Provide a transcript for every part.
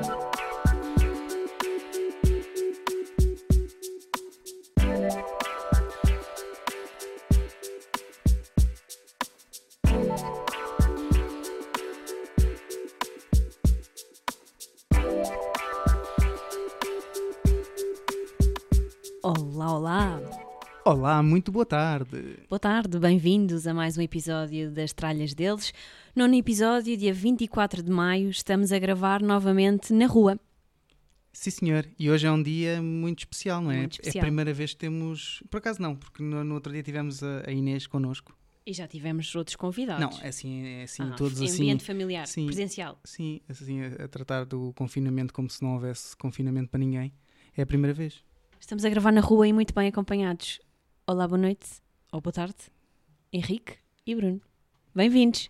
Olá, olá! Olá, muito boa tarde. Boa tarde, bem-vindos a mais um episódio das Tralhas deles. Nono episódio, dia 24 de maio, estamos a gravar novamente na rua. Sim, senhor. E hoje é um dia muito especial, não é? Muito especial. É a primeira vez que temos... Por acaso não, porque no outro dia tivemos a Inês connosco. E já tivemos outros convidados. Não, é assim, todos em assim... ambiente familiar, sim, presencial. Sim, assim, a tratar do confinamento como se não houvesse confinamento para ninguém. É a primeira vez. Estamos a gravar na rua e muito bem acompanhados. Olá, boa noite, ou boa tarde, Henrique e Bruno. Bem-vindos.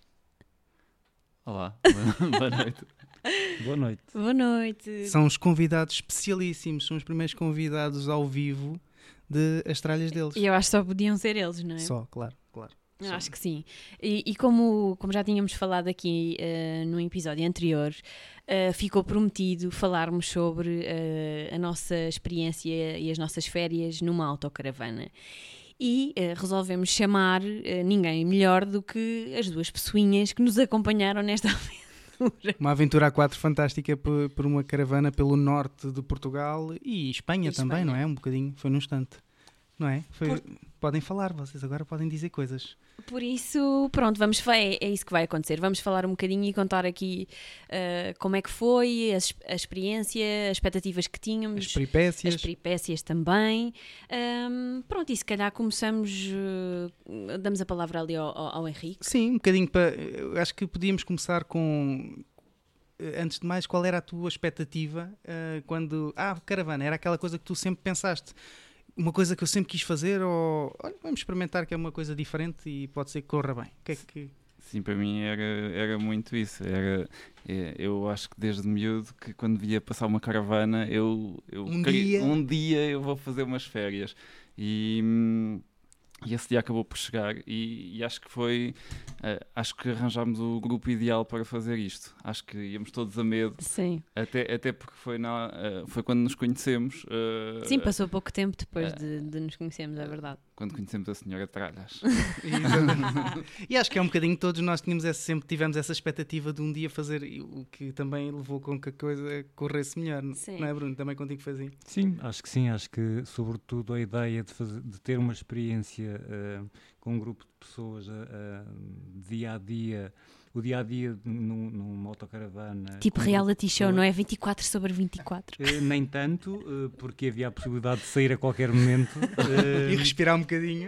Olá, boa noite. Boa noite. Boa noite. São os convidados especialíssimos, são os primeiros convidados ao vivo de As Tralhas deles. E eu acho que só podiam ser eles, não é? Só, claro. Eu acho que sim. E como já tínhamos falado aqui no episódio anterior, ficou prometido falarmos sobre a nossa experiência e as nossas férias numa autocaravana. E resolvemos chamar ninguém melhor do que as duas pessoinhas que nos acompanharam nesta aventura. Uma aventura A4 fantástica por uma caravana pelo norte de Portugal e Espanha também, não é? Um bocadinho, foi num instante. Não é? Podem falar, vocês agora podem dizer coisas. Por isso, pronto, é isso que vai acontecer. Vamos falar um bocadinho e contar aqui como é que foi, a experiência, as expectativas que tínhamos. As peripécias também. Pronto, e se calhar começamos, damos a palavra ali ao Henrique. Sim, um bocadinho eu acho que podíamos começar com... Antes de mais, qual era a tua expectativa quando... caravana, era aquela coisa que tu sempre pensaste... Uma coisa que eu sempre quis fazer, ou olha, vamos experimentar que é uma coisa diferente e pode ser que corra bem. O que é que... Sim, para mim era muito isso. Eu acho que desde miúdo que quando via passar uma caravana, um dia eu vou fazer umas férias. E esse dia acabou por chegar e acho que foi... acho que arranjámos o grupo ideal para fazer isto. Acho que íamos todos a medo. Sim. Até porque foi quando nos conhecemos. Sim, passou pouco tempo depois de nos conhecermos, é verdade. Quando conhecemos a senhora Tralhas. E acho que é um bocadinho, todos nós sempre tivemos essa expectativa de um dia fazer, o que também levou com que a coisa corresse melhor. Sim. Não é, Bruno? Também contigo foi assim? Sim, acho que sobretudo a ideia de ter uma experiência com um grupo de pessoas dia a dia, o dia a dia numa autocaravana. Tipo reality show, não é? 24/24. Nem tanto, porque havia a possibilidade de sair a qualquer momento. E respirar um bocadinho.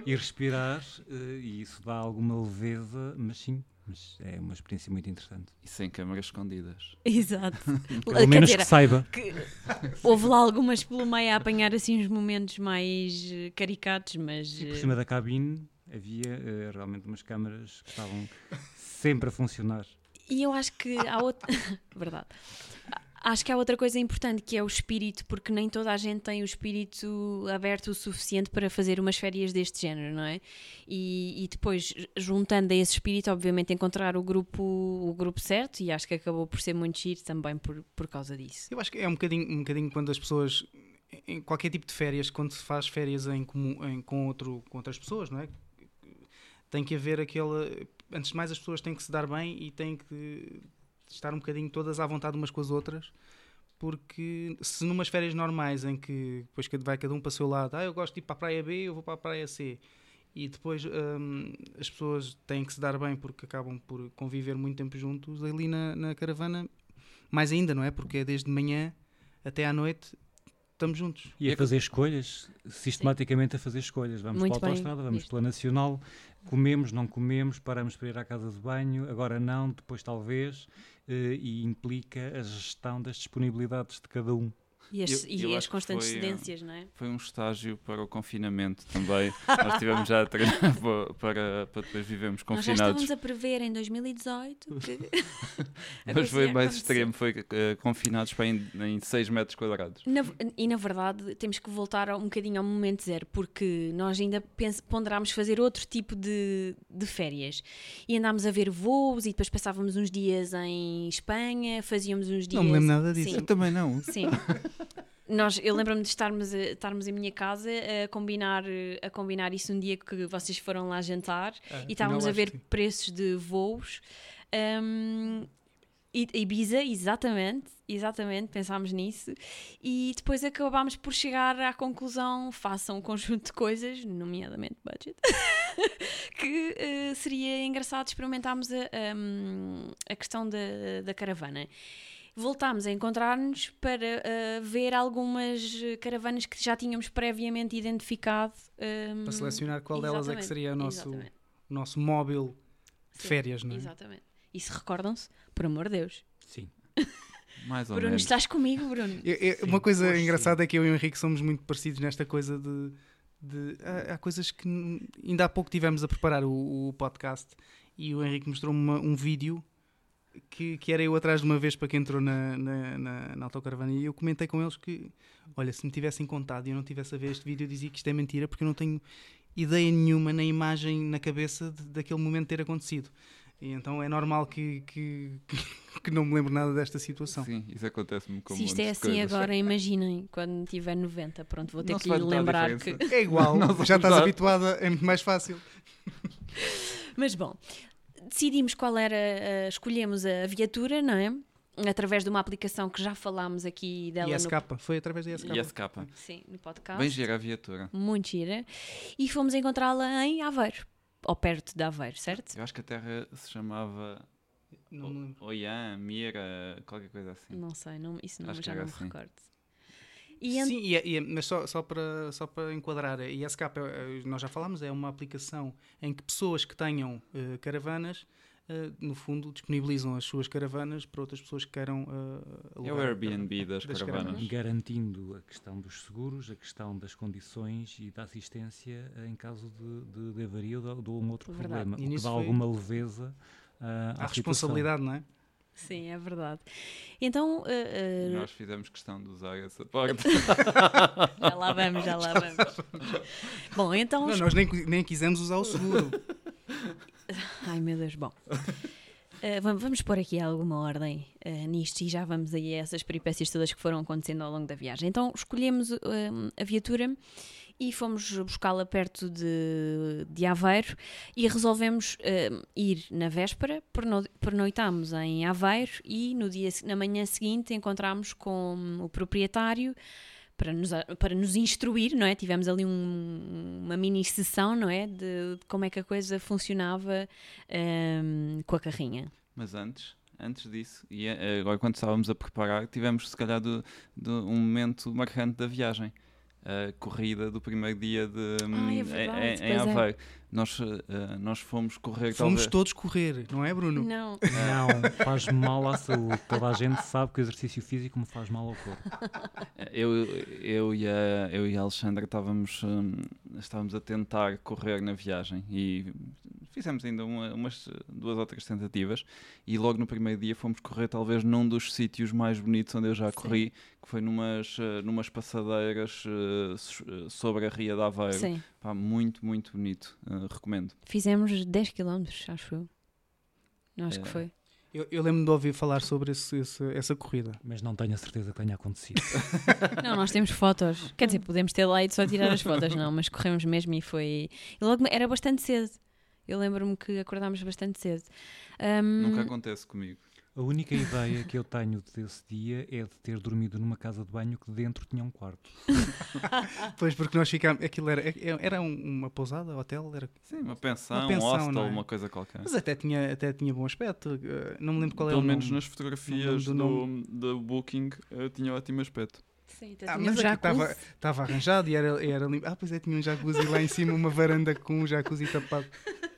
E isso dá alguma leveza, mas sim. Mas é uma experiência muito interessante. E sem câmaras escondidas. Exato. Pelo menos que saiba. Houve lá algumas pelo meio a apanhar assim uns momentos mais caricatos, mas... E por cima da cabine havia realmente umas câmaras que estavam sempre a funcionar. E eu acho que há outra... Verdade. Acho que há outra coisa importante, que é o espírito, porque nem toda a gente tem o espírito aberto o suficiente para fazer umas férias deste género, não é? E depois, juntando a esse espírito, obviamente encontrar o grupo certo, e acho que acabou por ser muito giro também por causa disso. Eu acho que é um bocadinho quando as pessoas, em qualquer tipo de férias, quando se faz férias em comum, com outras pessoas, não é? Tem que haver aquele... Antes de mais, as pessoas têm que se dar bem e têm que estar um bocadinho todas à vontade umas com as outras, porque se numas férias normais em que depois vai cada um para o seu lado, eu gosto de ir para a praia B, eu vou para a praia C, e depois as pessoas têm que se dar bem porque acabam por conviver muito tempo juntos, ali na caravana, mais ainda, não é? Porque é desde manhã até à noite, estamos juntos. E a fazer escolhas, sistematicamente a fazer escolhas. Vamos muito para a autoestrada, vamos pela Nacional, comemos, não comemos, paramos para ir à casa de banho, agora não, depois talvez, e implica a gestão das disponibilidades de cada um. E as constantes cedências, não é? Foi um estágio para o confinamento também. Nós estivemos já a treinar para depois vivermos confinados. Nós já estávamos a prever em 2018 que... Mas foi mais extremo, foi confinados para em 6 metros quadrados. Na verdade, temos que voltar um bocadinho ao momento zero, porque nós ainda ponderámos fazer outro tipo de férias. E andámos a ver voos e depois passávamos uns dias em Espanha, fazíamos uns dias... Não me lembro nada disso. Sim. Eu também não. Sim. Eu lembro-me de estarmos em minha casa a combinar isso um dia que vocês foram lá jantar e estávamos a ver preços de voos. Ibiza, exatamente, pensámos nisso. E depois acabámos por chegar à conclusão, façam um conjunto de coisas, nomeadamente budget, que seria engraçado experimentarmos a questão da caravana. Voltámos a encontrar-nos para ver algumas caravanas que já tínhamos previamente identificado. Para selecionar qual delas é que seria o nosso móvel de férias, não é? Exatamente. E se recordam-se, por amor de Deus. Sim. Mais ou Bruno, menos. estás comigo, Bruno? Uma coisa engraçada é que eu e o Henrique somos muito parecidos nesta coisa há coisas que ainda há pouco tivemos a preparar o podcast e o Henrique mostrou-me um vídeo que era eu atrás de uma vez para quem entrou na autocaravana e eu comentei com eles que, olha, se me tivessem contado e eu não tivesse a ver este vídeo, eu dizia que isto é mentira porque eu não tenho ideia nenhuma na imagem na cabeça daquele momento ter acontecido. E então é normal que não me lembro nada desta situação. Sim, isso acontece-me com Se isto é assim coisas. agora, imaginem, quando tiver 90, pronto, vou ter Não que se vai lhe notar a lembrar diferença. que... É igual, já estás habituada, é muito mais fácil. Mas bom, decidimos escolhemos a viatura, não é? Através de uma aplicação que já falámos aqui dela ISK, foi através da ISK. ISK. Sim, no podcast. Bem gira a viatura. Muito gira. E fomos encontrá-la em Aveiro, ou perto de Aveiro, certo? Eu acho que a terra se chamava Oiã, Mira, qualquer coisa assim. Não sei, isso Acho que já era não me assim. recordo. Sim, mas só para enquadrar, a ISK, nós já falámos, é uma aplicação em que pessoas que tenham caravanas, no fundo, disponibilizam as suas caravanas para outras pessoas que queiram alugar. É o Airbnb das caravanas. Garantindo a questão dos seguros, a questão das condições e da assistência em caso de avaria ou de um outro problema. O que dá alguma leveza à responsabilidade, não é? Sim, é verdade. Então... Nós fizemos questão de usar essa parte. Já lá vamos. Bom, então... Não, nós nem quisemos usar o seguro. Ai, meu Deus, bom. Vamos pôr aqui alguma ordem nisto e já vamos aí a essas peripécias todas que foram acontecendo ao longo da viagem. Então, escolhemos a viatura e fomos buscá-la perto de Aveiro e resolvemos ir na véspera, pernoitámos em Aveiro e na manhã seguinte encontramos com o proprietário para nos instruir, não é? Tivemos ali uma mini sessão, não é? De como é que a coisa funcionava com a carrinha. Mas antes disso, e agora quando estávamos a preparar, tivemos se calhar de um momento marcante da viagem. A corrida do primeiro dia em Aveiro. Nós fomos correr. Fomos todos correr, não é, Bruno? Não, faz mal à saúde. Toda a gente sabe que o exercício físico me faz mal ao corpo. Eu e a Alexandra estávamos a tentar correr na viagem e fizemos ainda umas 2 ou 3 tentativas e logo no primeiro dia fomos correr talvez num dos sítios mais bonitos onde eu já corri, que foi numas passadeiras sobre a Ria de Aveiro. Sim. Pá, muito, muito bonito. Recomendo. Fizemos 10 km, acho eu. Não acho que foi. Eu lembro-me de ouvir falar sobre essa corrida. Mas não tenho a certeza que tenha acontecido. Não, nós temos fotos. Quer dizer, podemos ter lá e só tirar as fotos, não, mas corremos mesmo e foi... E logo era bastante cedo. Eu lembro-me que acordámos bastante cedo. Nunca acontece comigo. A única ideia que eu tenho desse dia é de ter dormido numa casa de banho que dentro tinha um quarto. Pois, porque nós ficámos... Aquilo era uma pousada, hotel? Sim, uma pensão, um hostel, uma coisa qualquer. Mas até tinha bom aspecto. Não me lembro qual Pelo é o nome. menos nas fotografias do Booking tinha ótimo aspecto. Sim, mas estava arranjado e era limpo. Pois é, tinha um jacuzzi lá em cima, uma varanda com um jacuzzi tapado.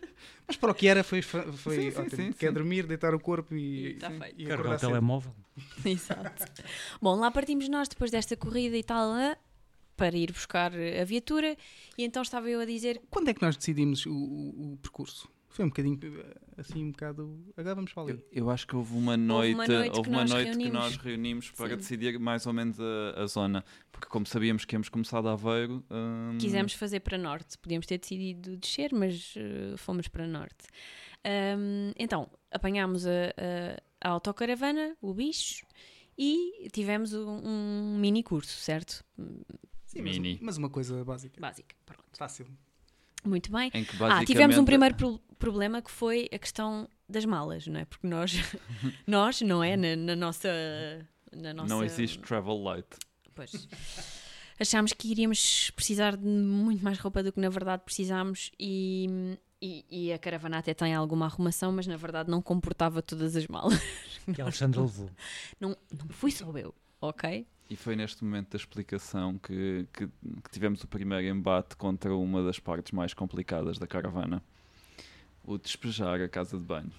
Mas para o que era foi Sim, ótimo. sim, Quer sim. dormir, deitar o corpo e tá feito. e Carregar acordar o cedo. telemóvel. Exato. Bom, lá partimos nós depois desta corrida e tal, para ir buscar a viatura, e então estava eu a dizer, Quando é que nós decidimos o percurso? Foi um bocadinho, assim, um bocado... Agora vamos para ali. Eu acho que houve uma noite que nós que reunimos. nós reunimos para Sim. decidir mais ou menos a zona. Porque como sabíamos que íamos começar de Aveiro... quisemos fazer para norte. Podíamos ter decidido descer, mas fomos para norte. Então, apanhámos a autocaravana, o bicho, e tivemos um mini curso, certo? Sim, Mini. mas uma coisa básica. Básica, pronto. Fácil. Muito bem. Em que basicamente... Tivemos um primeiro problema que foi a questão das malas, não é? Porque nós não é? Na nossa... Não existe travel light. Pois. Achámos que iríamos precisar de muito mais roupa do que na verdade precisámos e a caravana até tem alguma arrumação, mas na verdade não comportava todas as malas. Que a Alexandra levou. Não fui só eu, ok? E foi neste momento da explicação que tivemos o primeiro embate contra uma das partes mais complicadas da caravana. O despejar a casa de banho.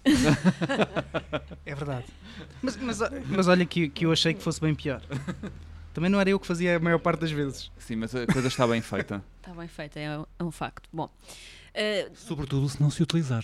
É verdade. Mas olha que eu achei que fosse bem pior. Também não era eu que fazia a maior parte das vezes. Sim, mas a coisa está bem feita. Está bem feita, é um facto. Bom, Sobretudo se não se utilizar.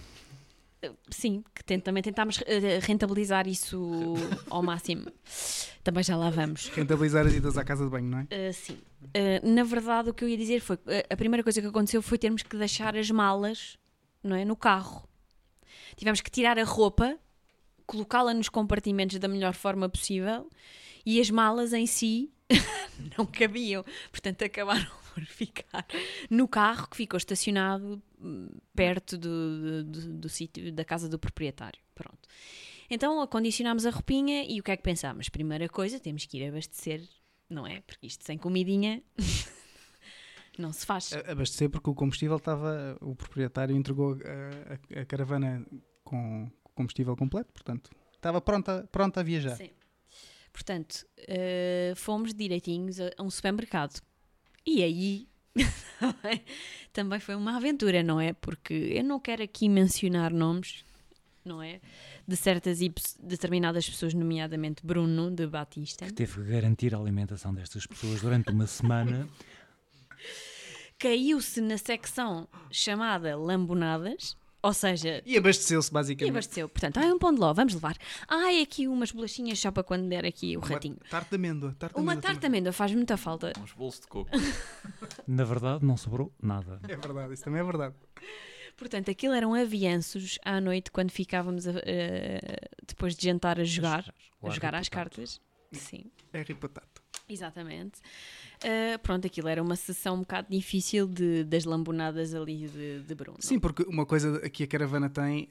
sim, que também tentámos rentabilizar isso ao máximo. Também já lá vamos. Rentabilizar as idas à casa de banho, não é? Sim. Na verdade, o que eu ia dizer foi a primeira coisa que aconteceu foi termos que deixar as malas, não é, no carro. Tivemos que tirar a roupa, colocá-la nos compartimentos da melhor forma possível e as malas em si não cabiam. Portanto, acabaram por ficar no carro que ficou estacionado perto do sítio da casa do proprietário. Pronto. Então acondicionámos a roupinha e o que é que pensámos? Primeira coisa, temos que ir abastecer, não é? Porque isto sem comidinha não se faz. Abastecer porque o combustível estava... O proprietário entregou a caravana com combustível completo, portanto, estava pronta a viajar. Sim. Portanto, fomos direitinhos a um supermercado. E aí também foi uma aventura, não é? Porque eu não quero aqui mencionar nomes, não é? De certas e determinadas pessoas, nomeadamente Bruno de Batista. Que teve que garantir a alimentação destas pessoas durante uma semana. Caiu-se na secção chamada Lambonadas, ou seja... E abasteceu-se, E basicamente. abasteceu. Portanto, é um pão de ló, vamos levar. É aqui umas bolachinhas só para quando der aqui o ratinho. Uma tarte de amêndoa. Uma tarte de amêndoa faz muita falta. Uns bolos de coco. Na verdade, não sobrou nada. É verdade, isso também é verdade. Portanto, aquilo eram avianços à noite quando ficávamos depois de jantar a jogar às cartas. Sim, É ripatato. exatamente. Pronto, aquilo era uma sessão um bocado difícil das lambonadas ali de Bruno. Sim, porque uma coisa que a caravana tem,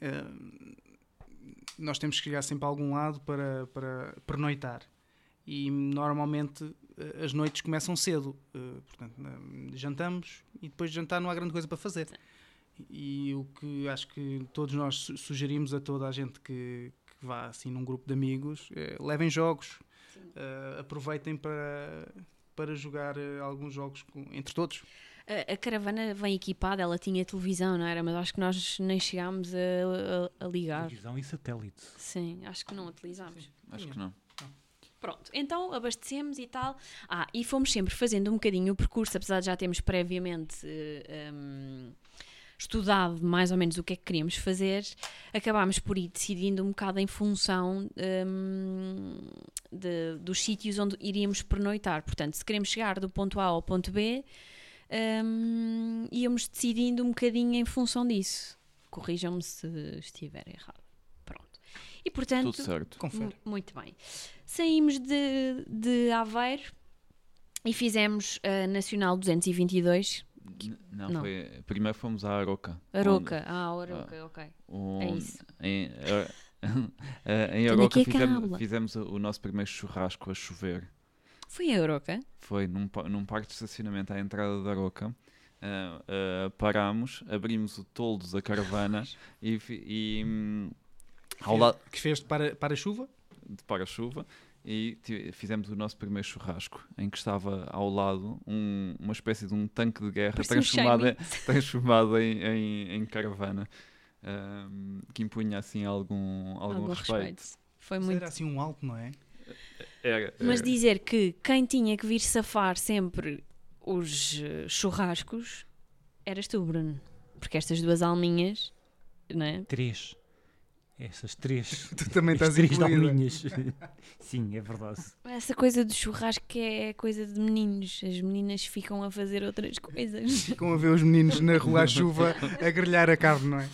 nós temos que chegar sempre a algum lado para pernoitar. E normalmente as noites começam cedo. Portanto, jantamos e depois de jantar não há grande coisa para fazer. Sim. E o que acho que todos nós sugerimos a toda a gente que vá assim num grupo de amigos, levem jogos, aproveitem para jogar alguns jogos entre todos. A caravana vem equipada, ela tinha televisão, não era? Mas acho que nós nem chegámos a ligar. Televisão e satélite. Sim, acho que não utilizámos. Acho que não. Pronto, então abastecemos e tal. E fomos sempre fazendo um bocadinho o percurso, apesar de já termos previamente estudado mais ou menos o que é que queríamos fazer, acabámos por ir decidindo um bocado em função dos sítios onde iríamos pernoitar. Portanto, se queremos chegar do ponto A ao ponto B, íamos decidindo um bocadinho em função disso. Corrijam-me se estiver errado. Pronto. E portanto, Tudo certo. Confere. muito bem. Saímos de Aveiro e fizemos a Nacional 222. Não, Não. primeiro fomos à Aroca. Aroca. Aroca, ok. É isso. Em Tenho Aroca aqui a cábula. fizemos o nosso primeiro churrasco a chover. Foi a Aroca? Foi num parque de estacionamento à entrada da Aroca. Parámos, abrimos o toldo da caravana e ao lado Que fez para a chuva? de para-chuva e fizemos o nosso primeiro churrasco, em que estava ao lado uma espécie de um tanque de guerra Parecia um transformado em caravana. que impunha assim algum respeito. Foi Isso muito. era assim um alto, não é? Mas dizer que quem tinha que vir safar sempre os churrascos eras tu, Bruno. Porque estas duas alminhas, não é? 3. Essas 3. Tu também estás 3 incluída. dalminhas. Sim, é verdade. Essa coisa do churrasco é coisa de meninos. As meninas ficam a fazer outras coisas. Ficam a ver os meninos na rua à chuva a grelhar a carne, não é?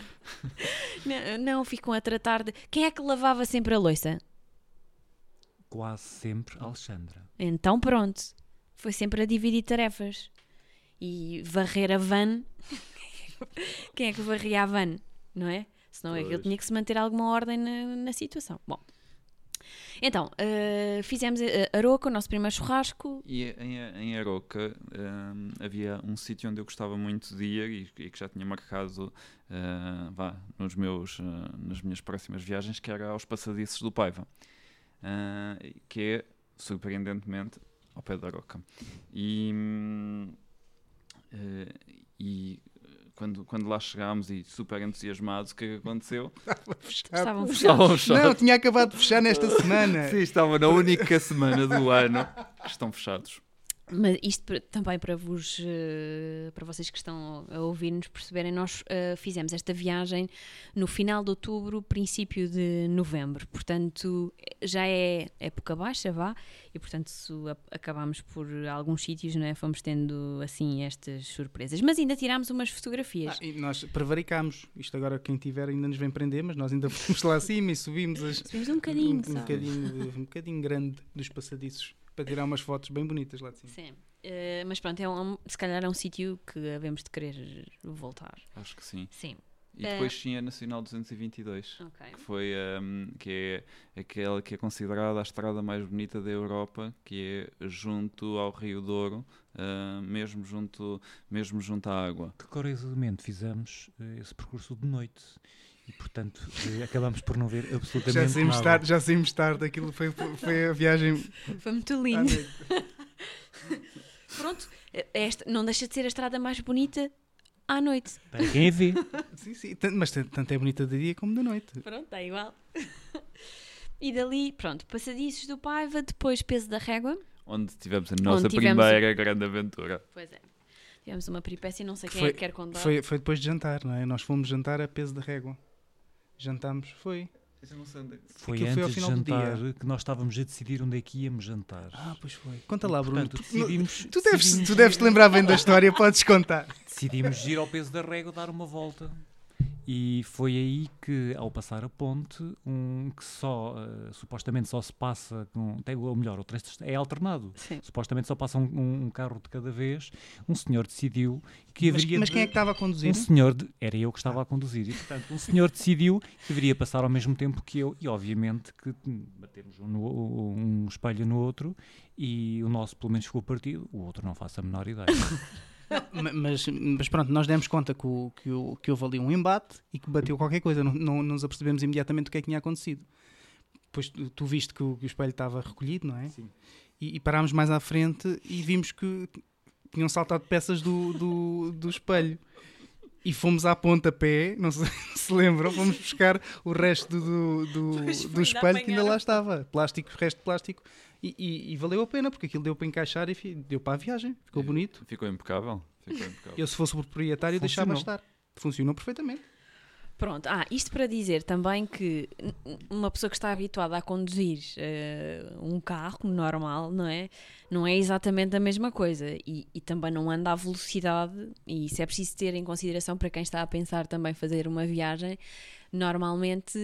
Não, ficam a tratar de... Quem é que lavava sempre a louça? Quase sempre Alexandra. Então pronto. Foi sempre a dividir tarefas. E varrer a van... Quem é que varria a van? Não é? Senão aquilo tinha que se manter alguma ordem na situação. Bom, então, fizemos Aroca, o nosso primeiro churrasco. E em Aroca havia um sítio onde eu gostava muito de ir e que já tinha marcado nas minhas próximas viagens, que era aos Passadiços do Paiva, que é, surpreendentemente, ao pé da Aroca. E quando lá chegámos e super entusiasmados, o que é que aconteceu? Estavam Estavam fechados. fechados. Não, tinha acabado de fechar nesta semana. Sim, estava na única semana do ano que estão fechados. Mas isto também para vocês que estão a ouvir-nos perceberem, nós fizemos esta viagem no final de outubro, princípio de novembro, portanto já é época baixa, e portanto acabámos por alguns sítios, não é? Fomos tendo assim estas surpresas, mas ainda tirámos umas fotografias. E nós prevaricámos. Isto agora quem tiver ainda nos vem prender, mas nós ainda fomos lá acima e subimos Um bocadinho, um bocadinho grande dos passadiços para tirar umas fotos bem bonitas lá de cima. Sim. Mas pronto, se calhar é um sítio que havemos de querer voltar. Acho que sim. Sim. E depois tinha a Nacional 222, que foi que é aquela que é considerada a estrada mais bonita da Europa, que é junto ao Rio Douro, mesmo junto à água. Que curiosamente fizemos esse percurso de noite. E, portanto, acabamos por não ver absolutamente nada. Já saímos tarde, aquilo foi a viagem. Foi muito lindo. Pronto, não deixa de ser a estrada mais bonita à noite. Para quem a vê. Sim, mas tanto é bonita de dia como de noite. Pronto, está igual. E dali, pronto, Passadiços do Paiva, depois Peso da Régua. Onde tivemos a nossa primeira grande aventura. Pois é. Tivemos uma peripécia, não sei quem é que quer contar. Foi depois de jantar, não é? Nós fomos jantar a Peso da Régua. Jantámos, foi Foi ao antes de final do jantar dia. que nós estávamos a decidir onde é que íamos jantar. Pois foi. Conta lá, Bruno. Portanto, Tu deves te lembrar bem da história, podes contar. Decidimos ir ao Peso da Régua dar uma volta. E foi aí que, ao passar a ponte, que supostamente só se passa, ou melhor, o trecho é alternado. Sim. Supostamente só passa um carro de cada vez. Um senhor decidiu que haveria... Mas quem é que estava a conduzir? Era eu que estava a conduzir. E, portanto, um senhor decidiu que deveria passar ao mesmo tempo que eu. E, obviamente, que batemos um espelho no outro e o nosso, pelo menos, ficou partido. O outro não faço a menor ideia. Mas pronto, nós demos conta que houve ali um embate e que bateu qualquer coisa, não nos apercebemos imediatamente o que é que tinha acontecido. Depois tu viste que o espelho estava recolhido, não é? Sim. E parámos mais à frente e vimos que tinham saltado peças do espelho. E fomos à pontapé, não sei se lembram, fomos buscar o resto do espelho que ainda lá estava. Resto de plástico. E valeu a pena, porque aquilo deu para encaixar e deu para a viagem. Ficou bonito. Ficou impecável. Eu, se fosse o proprietário, deixava estar. Funcionou perfeitamente. Pronto, isto para dizer também que uma pessoa que está habituada a conduzir um carro normal, não é? Não é exatamente a mesma coisa e também não anda à velocidade, e isso é preciso ter em consideração para quem está a pensar também fazer uma viagem. Normalmente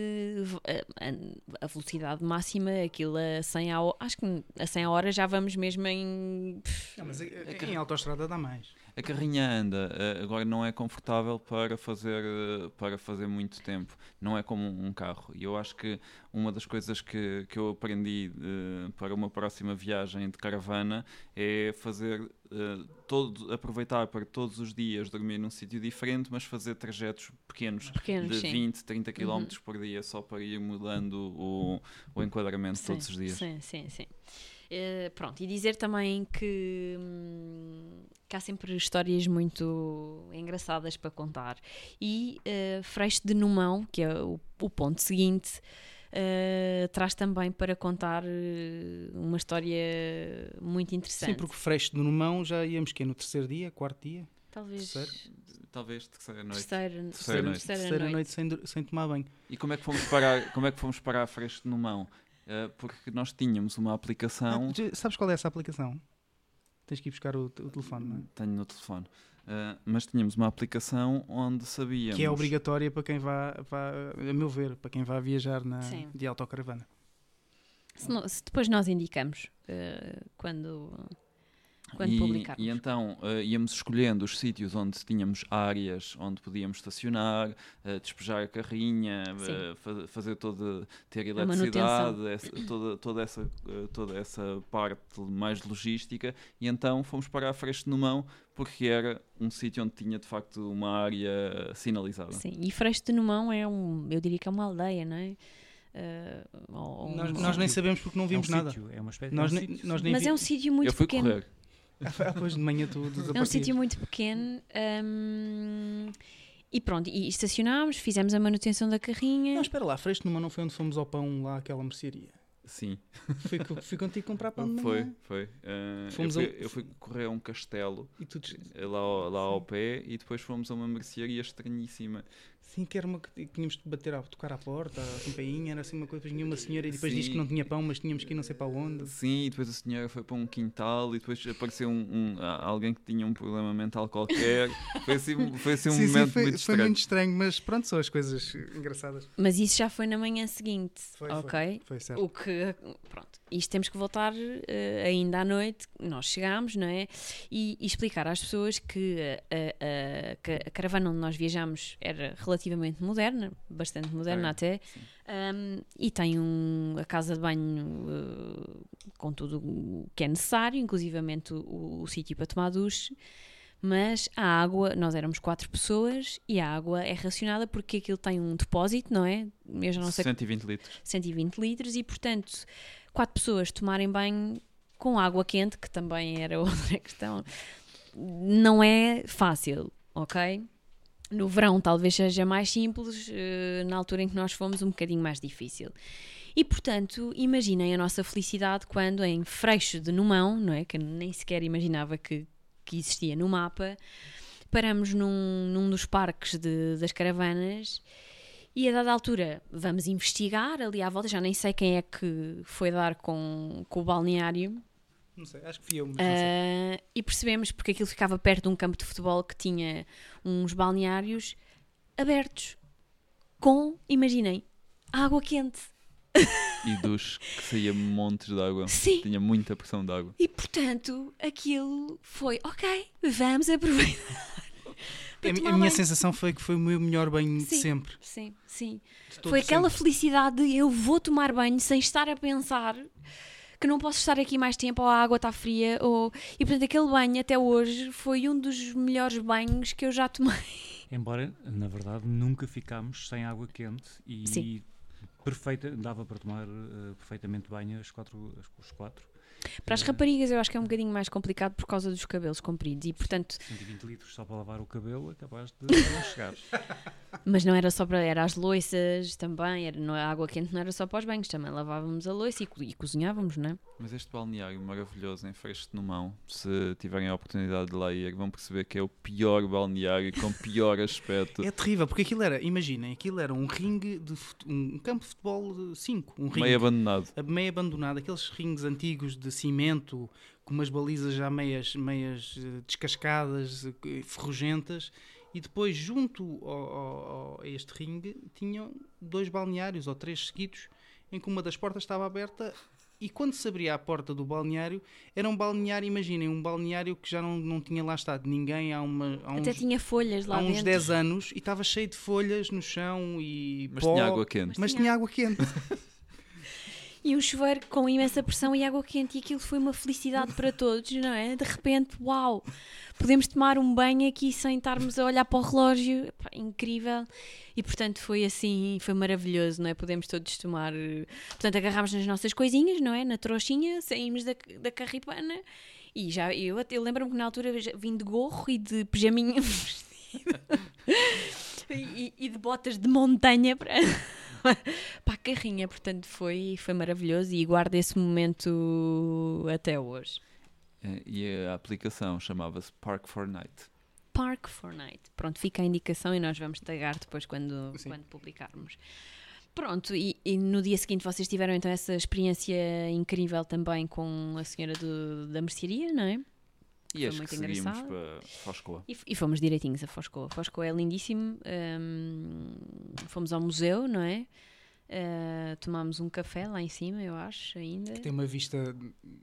a velocidade máxima, aquilo a 100 a hora, acho que a 100 a hora já vamos mesmo em... Mas em autoestrada dá mais. A carrinha anda, agora não é confortável para fazer muito tempo, não é como um carro. E eu acho que uma das coisas que eu aprendi para uma próxima viagem de caravana é fazer aproveitar para todos os dias dormir num sítio diferente, mas fazer trajetos pequenos de sim. 20, 30 km por dia, só para ir mudando o enquadramento todos os dias. Sim. Pronto, e dizer também que há sempre histórias muito engraçadas para contar. E Freixo de Numão, que é o ponto seguinte, traz também para contar uma história muito interessante. Sim, porque o Freixo do Numão já íamos no terceiro dia, quarto dia? Talvez Terceira noite. Terceira noite sem tomar banho. E como é que fomos parar a Freixo de Numão? Porque nós tínhamos uma aplicação... Sabes qual é essa aplicação? Tens que ir buscar o telefone, não é? Tenho no telefone. Mas tínhamos uma aplicação onde sabíamos... Que é obrigatória para quem vá a meu ver, para quem vá viajar de autocaravana. Se depois nós indicamos quando publicarmos. E então íamos escolhendo os sítios onde tínhamos áreas onde podíamos estacionar, despejar a carrinha, ter eletricidade, toda essa parte mais logística. E então fomos para a Freixo de Numão, porque era um sítio onde tinha de facto uma área sinalizada. Sim, e Freixo de Numão eu diria que é uma aldeia, não é? Nós nem sabemos porque não vimos nada. Sítio, é uma espécie Mas é um sítio muito pequeno. Eu fui correr. Depois de manhã tu desaparecias. É um sítio muito pequeno e pronto, e estacionámos, fizemos a manutenção da carrinha. Não, espera lá, Freixo de Numão não foi onde fomos ao pão lá, àquela mercearia? Sim. Fui contigo comprar pão de manhã. Foi. Eu fui correr a um castelo lá ao pé e depois fomos a uma mercearia estranhíssima. Sim, que era uma que tínhamos de tocar à porta, a campainha, era assim uma coisa, vinha uma senhora e depois disse que não tinha pão, mas tínhamos que ir não sei para onde. Sim, e depois a senhora foi para um quintal e depois apareceu alguém que tinha um problema mental qualquer. Foi assim um momento muito estranho. Foi muito estranho, mas pronto, são as coisas engraçadas. Mas isso já foi na manhã seguinte, ok? Foi certo. Pronto, isto temos que voltar ainda à noite, nós chegámos, não é? E explicar às pessoas que a caravana onde nós viajámos era relativamente moderna, bastante moderna até, e tem a casa de banho com tudo o que é necessário, inclusivamente o sítio para tomar duche, mas a água, nós éramos 4 pessoas e a água é racionada porque aquilo tem um depósito, não é? Eu já não sei, 120 litros. 120 litros e, portanto, 4 pessoas tomarem banho com água quente, que também era outra questão, não é fácil, ok? No verão talvez seja mais simples, na altura em que nós fomos um bocadinho mais difícil. E, portanto, imaginem a nossa felicidade quando em Freixo de Numão, não é? Que eu nem sequer imaginava que existia no mapa, paramos num dos parques das caravanas e a dada altura vamos investigar ali à volta, já nem sei quem é que foi dar com o balneário. Não sei, acho que fui eu, mas não sei. E percebemos porque aquilo ficava perto de um campo de futebol que tinha uns balneários abertos com, imaginem, água quente. E duche que saía montes de água. Sim. Tinha muita pressão de água. E portanto aquilo foi, ok, vamos aproveitar. A minha sensação foi que foi o meu melhor banho de sempre. Sim. Foi aquela sempre. felicidade de eu vou tomar banho sem estar a pensar que não posso estar aqui mais tempo ou a água está fria. E portanto aquele banho até hoje foi um dos melhores banhos que eu já tomei. Embora, na verdade, nunca ficámos sem água quente e dava para tomar perfeitamente banho os quatro. Para as raparigas eu acho que é um bocadinho mais complicado por causa dos cabelos compridos e portanto... 120 litros só para lavar o cabelo é capaz de não chegar. Mas não era só para... Era as louças também, a água quente não era só para os banhos, também lavávamos a louça e cozinhávamos, não é? Mas este balneário maravilhoso em Freixo de Numão, se tiverem a oportunidade de lá ir, vão perceber que é o pior balneário com pior aspecto. É terrível, porque aquilo era um ringue, um campo de futebol 5. Um ringue meio abandonado, aqueles ringues antigos de cimento, com umas balizas já meias descascadas, ferrugentas, e depois junto a este ringue tinham 2 balneários ou 3 seguidos, em que uma das portas estava aberta. E quando se abria a porta do balneário, era um balneário, imaginem, um balneário que já não tinha lá estado ninguém até tinha folhas lá há uns dentro. 10 anos, e estava cheio de folhas no chão e Mas pó, tinha água quente. Mas tinha água quente. E um chuveiro com imensa pressão e água quente, e aquilo foi uma felicidade para todos, não é? De repente, uau! podemos tomar um banho aqui sem estarmos a olhar para o relógio. Epá, incrível. E portanto foi assim, foi maravilhoso, não é? Podemos todos tomar. Portanto, agarrámos nas nossas coisinhas, não é? Na trouxinha, saímos da carripana. E já eu lembro-me que na altura vim de gorro e de pijaminha vestido. e de botas de montanha para a carrinha. Portanto, foi maravilhoso e guardo esse momento até hoje. E a aplicação chamava-se Park4Night. Park4Night. Pronto, fica a indicação e nós vamos tagar depois quando publicarmos. Pronto, e no dia seguinte vocês tiveram então essa experiência incrível também com a senhora da mercearia, não é? E acho que seguimos para Foscoa. E fomos direitinhos a Foscoa. Foscoa é lindíssimo. Fomos ao museu, não é? Tomámos um café lá em cima, eu acho, ainda. Que tem uma vista...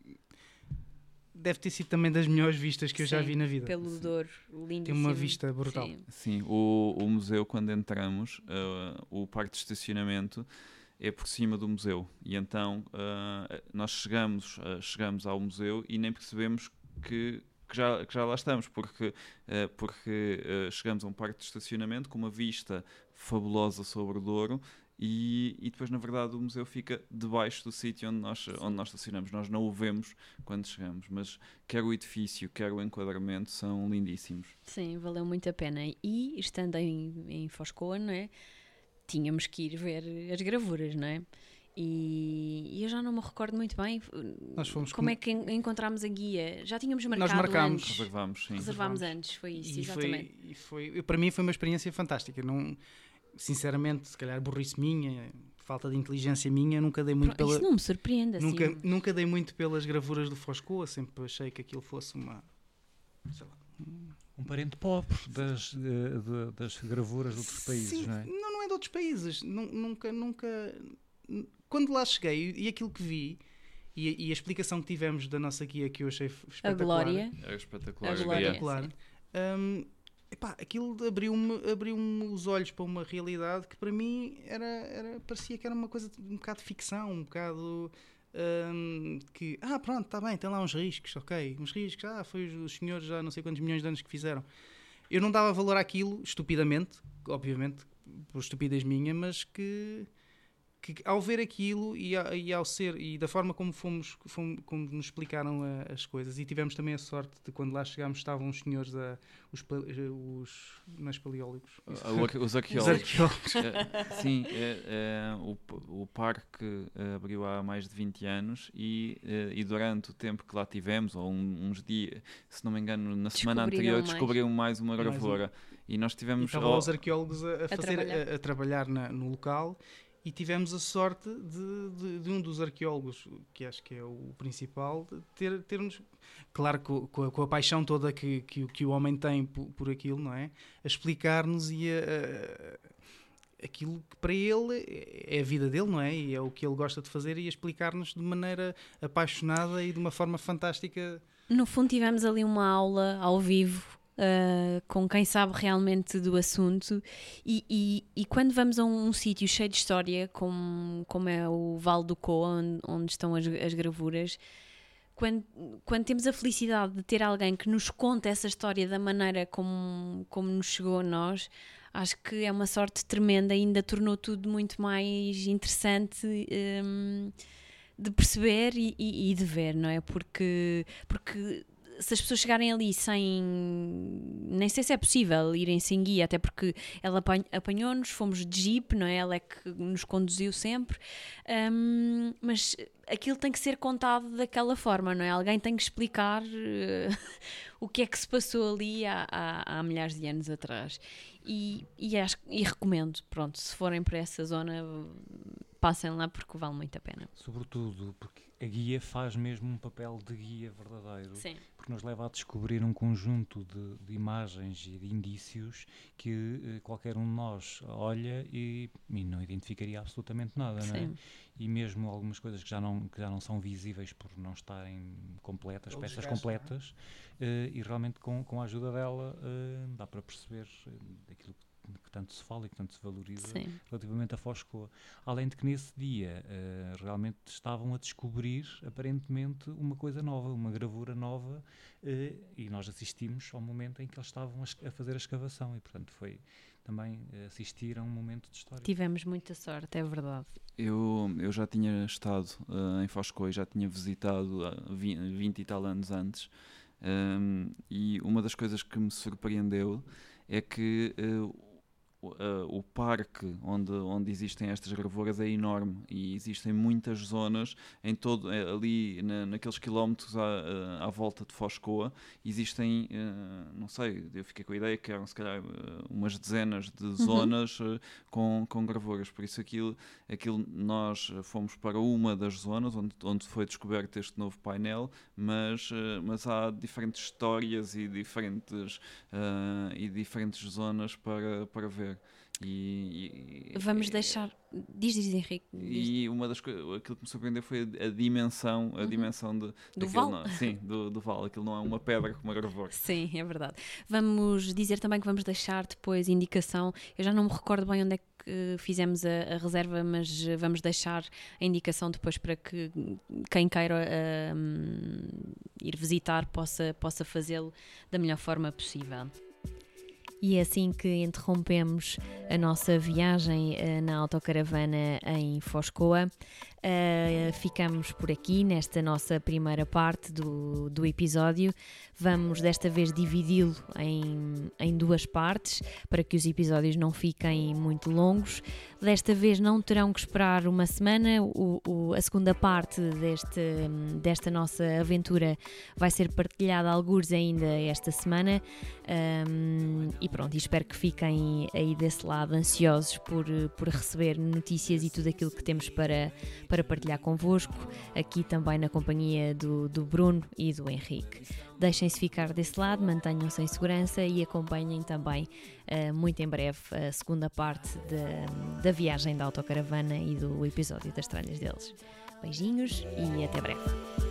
Deve ter sido também das melhores vistas que eu já vi na vida. Pelo Douro, lindíssimo. Tem uma vista brutal. Sim, o museu, quando entramos, o parque de estacionamento é por cima do museu. E então nós chegamos ao museu e nem percebemos que já lá estamos, porque chegamos a um parque de estacionamento com uma vista fabulosa sobre o Douro. E depois, na verdade, o museu fica debaixo do sítio onde nós estacionamos. Nós não o vemos quando chegamos, mas quer o edifício, quer o enquadramento são lindíssimos. Sim, valeu muito a pena. E, estando em Foscoa, não é? Tínhamos que ir ver as gravuras, não é? E eu já não me recordo muito bem como é que encontramos a guia. Já tínhamos marcado. Nós marcámos. Antes. Reservámos antes, foi isso, exatamente. Para mim foi uma experiência fantástica. Não... Sinceramente, se calhar burrice minha, falta de inteligência minha, nunca dei muito Isso não me surpreende, assim. Nunca dei muito pelas gravuras do Foscoa, sempre achei que aquilo fosse sei lá... Um parente pobre das gravuras de outros países, sim, não é? Não é de outros países, nunca... Quando lá cheguei e aquilo que vi, e a explicação que tivemos da nossa guia, que eu achei espetacular... A Glória. É espetacular. A Glória, espetacular. Aquilo abriu-me os olhos para uma realidade que para mim parecia que era uma coisa um bocado de ficção, um bocado que, pronto, está bem, tem lá uns riscos, ok, uns riscos, foi os senhores já não sei quantos milhões de anos que fizeram. Eu não dava valor àquilo, estupidamente, obviamente, por estupidez minha, mas que ao ver aquilo e ao ser, e da forma como como nos explicaram as coisas, e tivemos também a sorte de quando lá chegámos estavam os senhores, não é paleólogos, os arqueólogos. Sim, o parque abriu há mais de 20 anos e durante o tempo que lá tivemos, ou uns dias, se não me engano, na semana anterior, descobriram mais uma gravura. E nós tivemos... E estavam os arqueólogos a trabalhar no local. E tivemos a sorte de um dos arqueólogos, que acho que é o principal, de termos, claro, com a paixão toda que o homem tem por aquilo, não é? A explicar-nos aquilo que para ele é a vida dele, não é? E é o que ele gosta de fazer, e a explicar-nos de maneira apaixonada e de uma forma fantástica. No fundo, tivemos ali uma aula ao vivo. Com quem sabe realmente do assunto e quando vamos a um sítio cheio de história como é o Vale do Coa, onde estão as gravuras, quando temos a felicidade de ter alguém que nos conta essa história da maneira como nos chegou a nós, acho que é uma sorte tremenda, ainda tornou tudo muito mais interessante de perceber e de ver, não é? Porque se as pessoas chegarem ali nem sei se é possível irem sem guia, até porque ela apanhou-nos, fomos de jeep, não é? Ela é que nos conduziu sempre, mas aquilo tem que ser contado daquela forma, não é? Alguém tem que explicar o que é que se passou ali há milhares de anos atrás. E recomendo, pronto, se forem para essa zona, passem lá porque vale muito a pena. Sobretudo porque a guia faz mesmo um papel de guia verdadeiro. Sim. Porque nos leva a descobrir um conjunto de imagens e de indícios que qualquer um de nós olha e não identificaria absolutamente nada, não é? Sim. E mesmo algumas coisas que já não são visíveis por não estarem completas, peças completas, e realmente com a ajuda dela dá para perceber aquilo que tanto se fala e que tanto se valoriza, Sim. relativamente a Foscoa. Além de que nesse dia realmente estavam a descobrir aparentemente uma coisa nova, uma gravura nova, e nós assistimos ao momento em que eles estavam a fazer a escavação e portanto foi também assistir a um momento de história. Tivemos muita sorte, é verdade. Eu já tinha estado em Foscoa e já tinha visitado 20 e tal anos antes, e uma das coisas que me surpreendeu é que o parque onde existem estas gravuras é enorme e existem muitas zonas em todo, ali naqueles quilómetros à volta de Foscoa. Existem, não sei, eu fiquei com a ideia que eram se calhar umas dezenas de zonas com gravuras, por isso aquilo nós fomos para uma das zonas onde foi descoberto este novo painel, mas há diferentes histórias e diferentes zonas para ver. Vamos deixar. Diz Henrique. E uma das coisas, aquilo que me surpreendeu foi a dimensão do vale. Sim, do vale. Aquilo não é uma pedra com uma gravura. Sim, é verdade. Vamos dizer também que vamos deixar depois indicação. Eu já não me recordo bem onde é que fizemos a reserva, mas vamos deixar a indicação depois para que quem queira ir visitar possa fazê-lo da melhor forma possível. E é assim que interrompemos a nossa viagem na autocaravana em Foscoa. Ficamos por aqui nesta nossa primeira parte do episódio. Vamos desta vez dividi-lo em duas partes para que os episódios não fiquem muito longos. Desta vez não terão que esperar uma semana. A segunda parte desta nossa aventura vai ser partilhada algures ainda esta semana. E pronto, espero que fiquem aí desse lado ansiosos por receber notícias e tudo aquilo que temos para partilhar convosco, aqui também na companhia do Bruno e do Henrique. Deixem-se ficar desse lado, mantenham-se em segurança e acompanhem também muito em breve a segunda parte da viagem da autocaravana e do episódio das tralhas deles. Beijinhos e até breve.